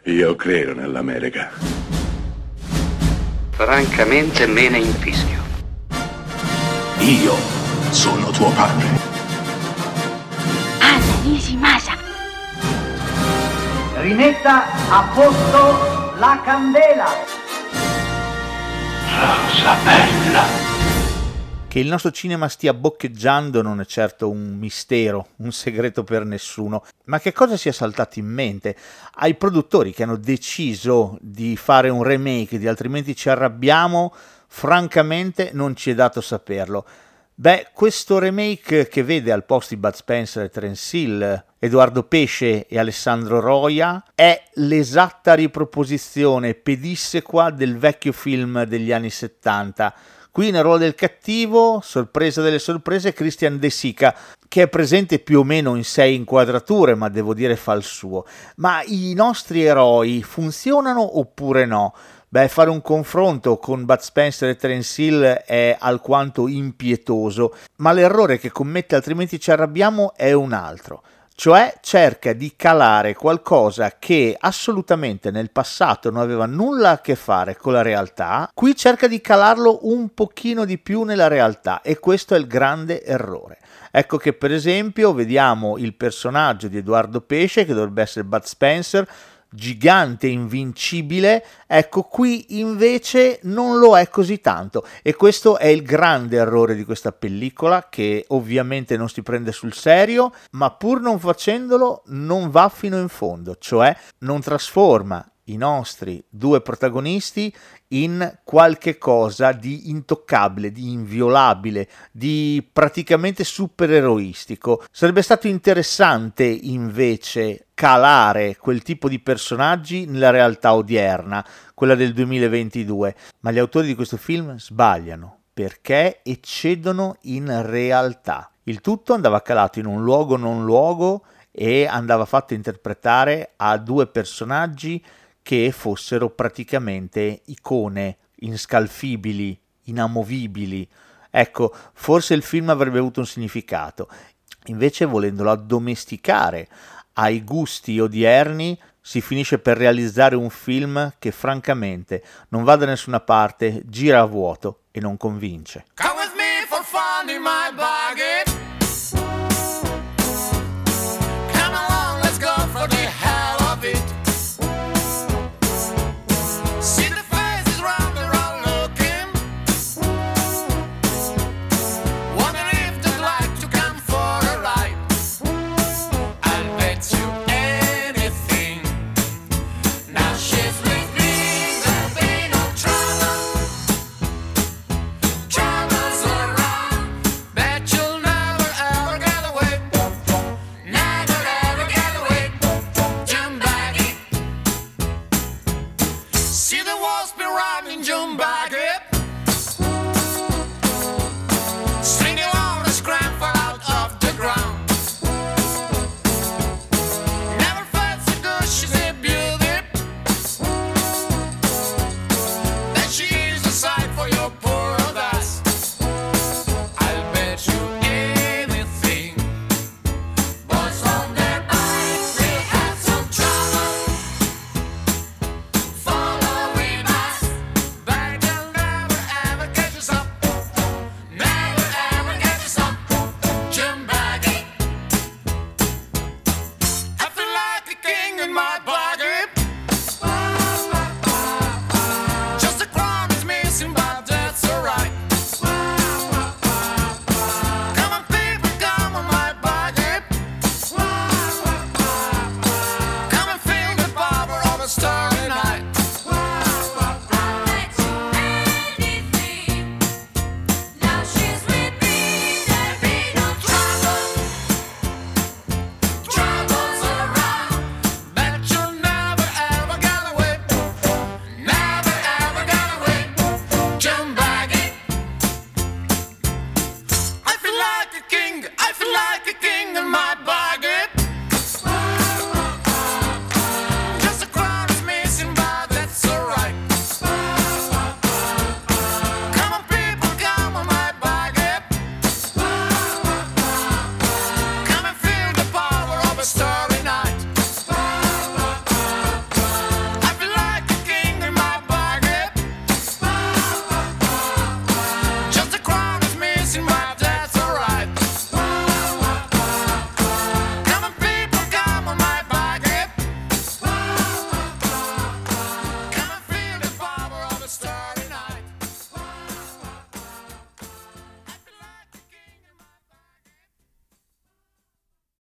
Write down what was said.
Io credo nell'America. Francamente me ne infischio. Io sono tuo padre. Anna Nishimasa. Rimetta a posto la candela. Rosa bella. Che il nostro cinema stia boccheggiando non è certo un mistero, un segreto per nessuno, ma che cosa sia saltato in mente ai produttori che hanno deciso di fare un remake di Altrimenti ci arrabbiamo? Francamente non ci è dato saperlo. Beh, questo remake che vede al posto di Bud Spencer e Terence Hill, Edoardo Pesce e Alessandro Roja, è l'esatta riproposizione pedissequa del vecchio film degli anni 70. Qui nel ruolo del cattivo, sorpresa delle sorprese, Christian De Sica, che è presente più o meno in 6 inquadrature, ma devo dire fa il suo. Ma i nostri eroi funzionano oppure no? Beh, fare un confronto con Bud Spencer e Terence Hill è alquanto impietoso, ma l'errore che commette Altrimenti ci arrabbiamo è un altro. Cioè cerca di calare qualcosa che assolutamente nel passato non aveva nulla a che fare con la realtà, qui cerca di calarlo un pochino di più nella realtà e questo è il grande errore. Ecco che per esempio vediamo il personaggio di Edoardo Pesce, che dovrebbe essere Bud Spencer, gigante, invincibile, ecco qui invece non lo è così tanto e questo è il grande errore di questa pellicola, che ovviamente non si prende sul serio, ma pur non facendolo non va fino in fondo, cioè non trasforma i nostri due protagonisti in qualche cosa di intoccabile, di inviolabile, di praticamente supereroistico. Sarebbe stato interessante invece calare quel tipo di personaggi nella realtà odierna, quella del 2022, ma gli autori di questo film sbagliano perché eccedono in realtà. Il tutto andava calato in un luogo non luogo e andava fatto interpretare a due personaggi che fossero praticamente icone, inscalfibili, inamovibili. Ecco, forse il film avrebbe avuto un significato. Invece, volendolo addomesticare ai gusti odierni, si finisce per realizzare un film che francamente non va da nessuna parte, gira a vuoto e non convince. Come with me for fun in my bargain.